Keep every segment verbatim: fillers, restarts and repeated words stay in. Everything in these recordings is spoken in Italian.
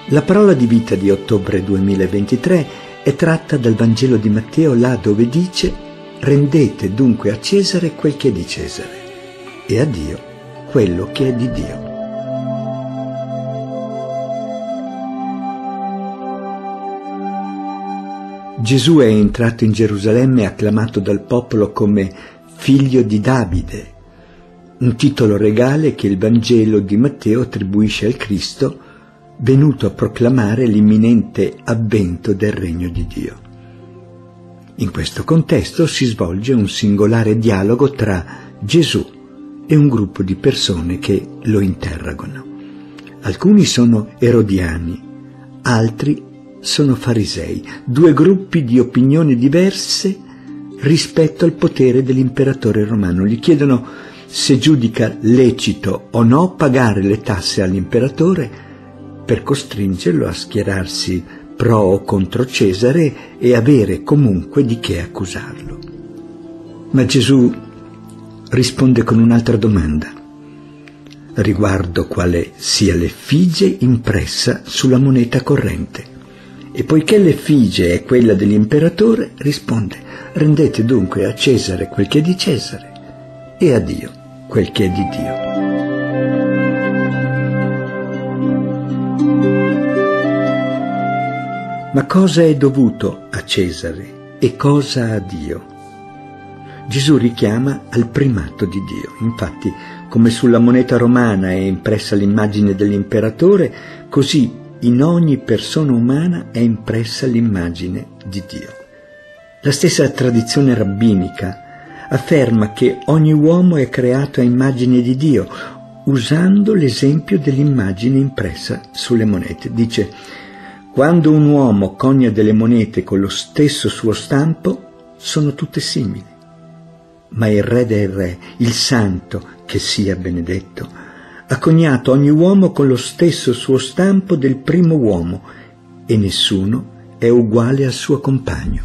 La parola di vita di ottobre duemilaventitré è tratta dal Vangelo di Matteo, là dove dice: rendete dunque a Cesare quel che è di Cesare e a Dio quello che è di Dio. Gesù è entrato in Gerusalemme acclamato dal popolo come figlio di Davide, un titolo regale che il Vangelo di Matteo attribuisce al Cristo venuto a proclamare l'imminente avvento del regno di Dio. In questo contesto si svolge un singolare dialogo tra Gesù e un gruppo di persone che lo interrogano. Alcuni sono erodiani, altri sono farisei, due gruppi di opinioni diverse rispetto al potere dell'imperatore romano. Gli chiedono se giudica lecito o no pagare le tasse all'imperatore per costringerlo a schierarsi pro o contro Cesare e avere comunque di che accusarlo. Ma Gesù risponde con un'altra domanda, riguardo quale sia l'effigie impressa sulla moneta corrente. E poiché l'effigie è quella dell'imperatore, risponde: rendete dunque a Cesare quel che è di Cesare e a Dio quel che è di Dio. Ma cosa è dovuto a Cesare e cosa a Dio? Gesù richiama al primato di Dio. Infatti, come sulla moneta romana è impressa l'immagine dell'imperatore, così in ogni persona umana è impressa l'immagine di Dio. La stessa tradizione rabbinica afferma che ogni uomo è creato a immagine di Dio, usando l'esempio dell'immagine impressa sulle monete. Dice: quando un uomo conia delle monete con lo stesso suo stampo, sono tutte simili. Ma il Re dei Re, il Santo, che sia benedetto, ha coniato ogni uomo con lo stesso suo stampo del primo uomo, e nessuno è uguale al suo compagno.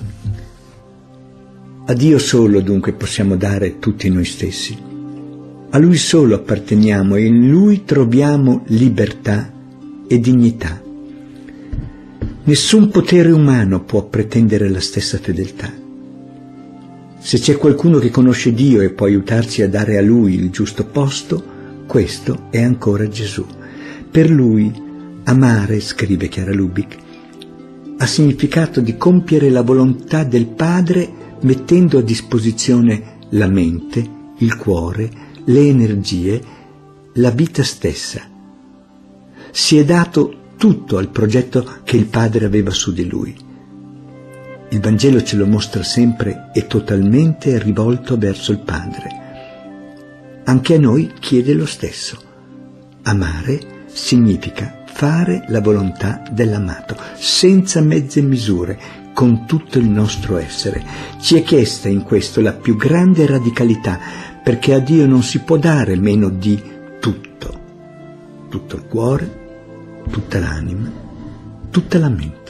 A Dio solo dunque possiamo dare tutti noi stessi. A Lui solo apparteniamo e in Lui troviamo libertà e dignità. Nessun potere umano può pretendere la stessa fedeltà. Se c'è qualcuno che conosce Dio e può aiutarci a dare a Lui il giusto posto, questo è ancora Gesù. Per Lui amare, scrive Chiara Lubich, ha significato di compiere la volontà del Padre mettendo a disposizione la mente, il cuore, le energie, la vita stessa. Si è dato tutto al progetto che il Padre aveva su di Lui. Il Vangelo ce lo mostra sempre e totalmente rivolto verso il Padre. Anche a noi chiede lo stesso. Amare significa fare la volontà dell'amato, senza mezze misure, con tutto il nostro essere. Ci è chiesta in questo la più grande radicalità, perché a Dio non si può dare meno di tutto. Tutto il cuore, tutta l'anima, tutta la mente.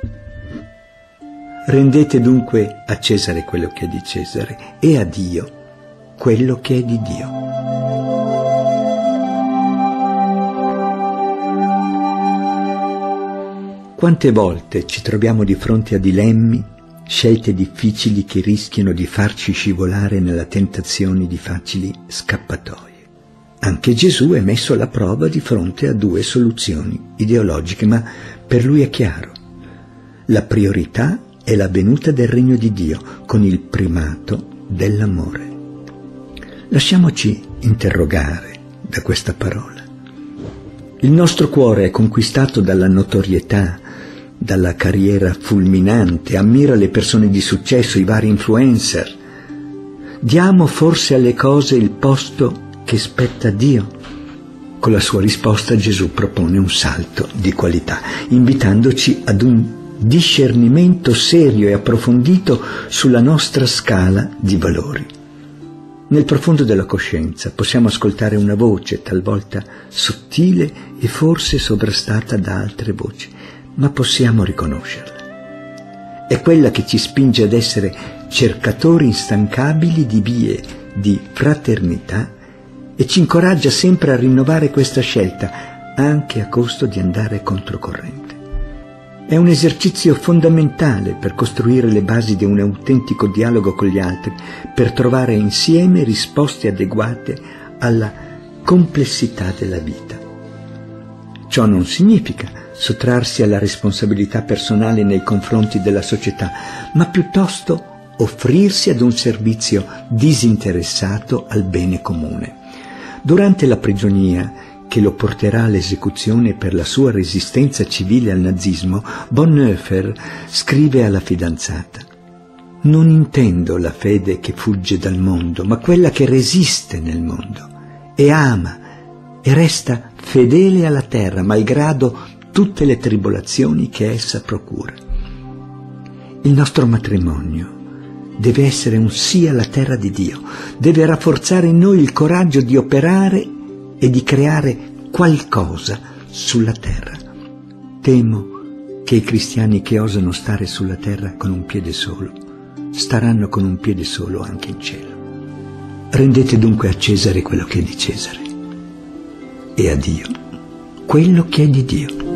Rendete dunque a Cesare quello che è di Cesare e a Dio quello che è di Dio. Quante volte ci troviamo di fronte a dilemmi, scelte difficili che rischiano di farci scivolare nella tentazione di facili scappatoie. Anche Gesù è messo alla prova di fronte a due soluzioni ideologiche, ma per lui è chiaro. La priorità è la venuta del regno di Dio, con il primato dell'amore. Lasciamoci interrogare da questa parola. Il nostro cuore è conquistato dalla notorietà, dalla carriera fulminante, ammira le persone di successo, i vari influencer. Diamo forse alle cose il posto che spetta a Dio? Con la sua risposta Gesù propone un salto di qualità, invitandoci ad un discernimento serio e approfondito sulla nostra scala di valori. Nel profondo della coscienza possiamo ascoltare una voce, talvolta sottile e forse sovrastata da altre voci, ma possiamo riconoscerla. È quella che ci spinge ad essere cercatori instancabili di vie di fraternità e ci incoraggia sempre a rinnovare questa scelta, anche a costo di andare controcorrente. È un esercizio fondamentale per costruire le basi di un autentico dialogo con gli altri, per trovare insieme risposte adeguate alla complessità della vita. Ciò non significa sottrarsi alla responsabilità personale nei confronti della società, ma piuttosto offrirsi ad un servizio disinteressato al bene comune. Durante la prigionia che lo porterà all'esecuzione per la sua resistenza civile al nazismo, Bonhoeffer scrive alla fidanzata: «Non intendo la fede che fugge dal mondo, ma quella che resiste nel mondo e ama e resta fedele alla terra, malgrado tutte le tribolazioni che essa procura. Il nostro matrimonio deve essere un sì alla terra di Dio, deve rafforzare in noi il coraggio di operare e di creare qualcosa sulla terra. Temo che i cristiani che osano stare sulla terra con un piede solo, staranno con un piede solo anche in cielo. Rendete dunque a Cesare quello che è di Cesare e a Dio quello che è di Dio».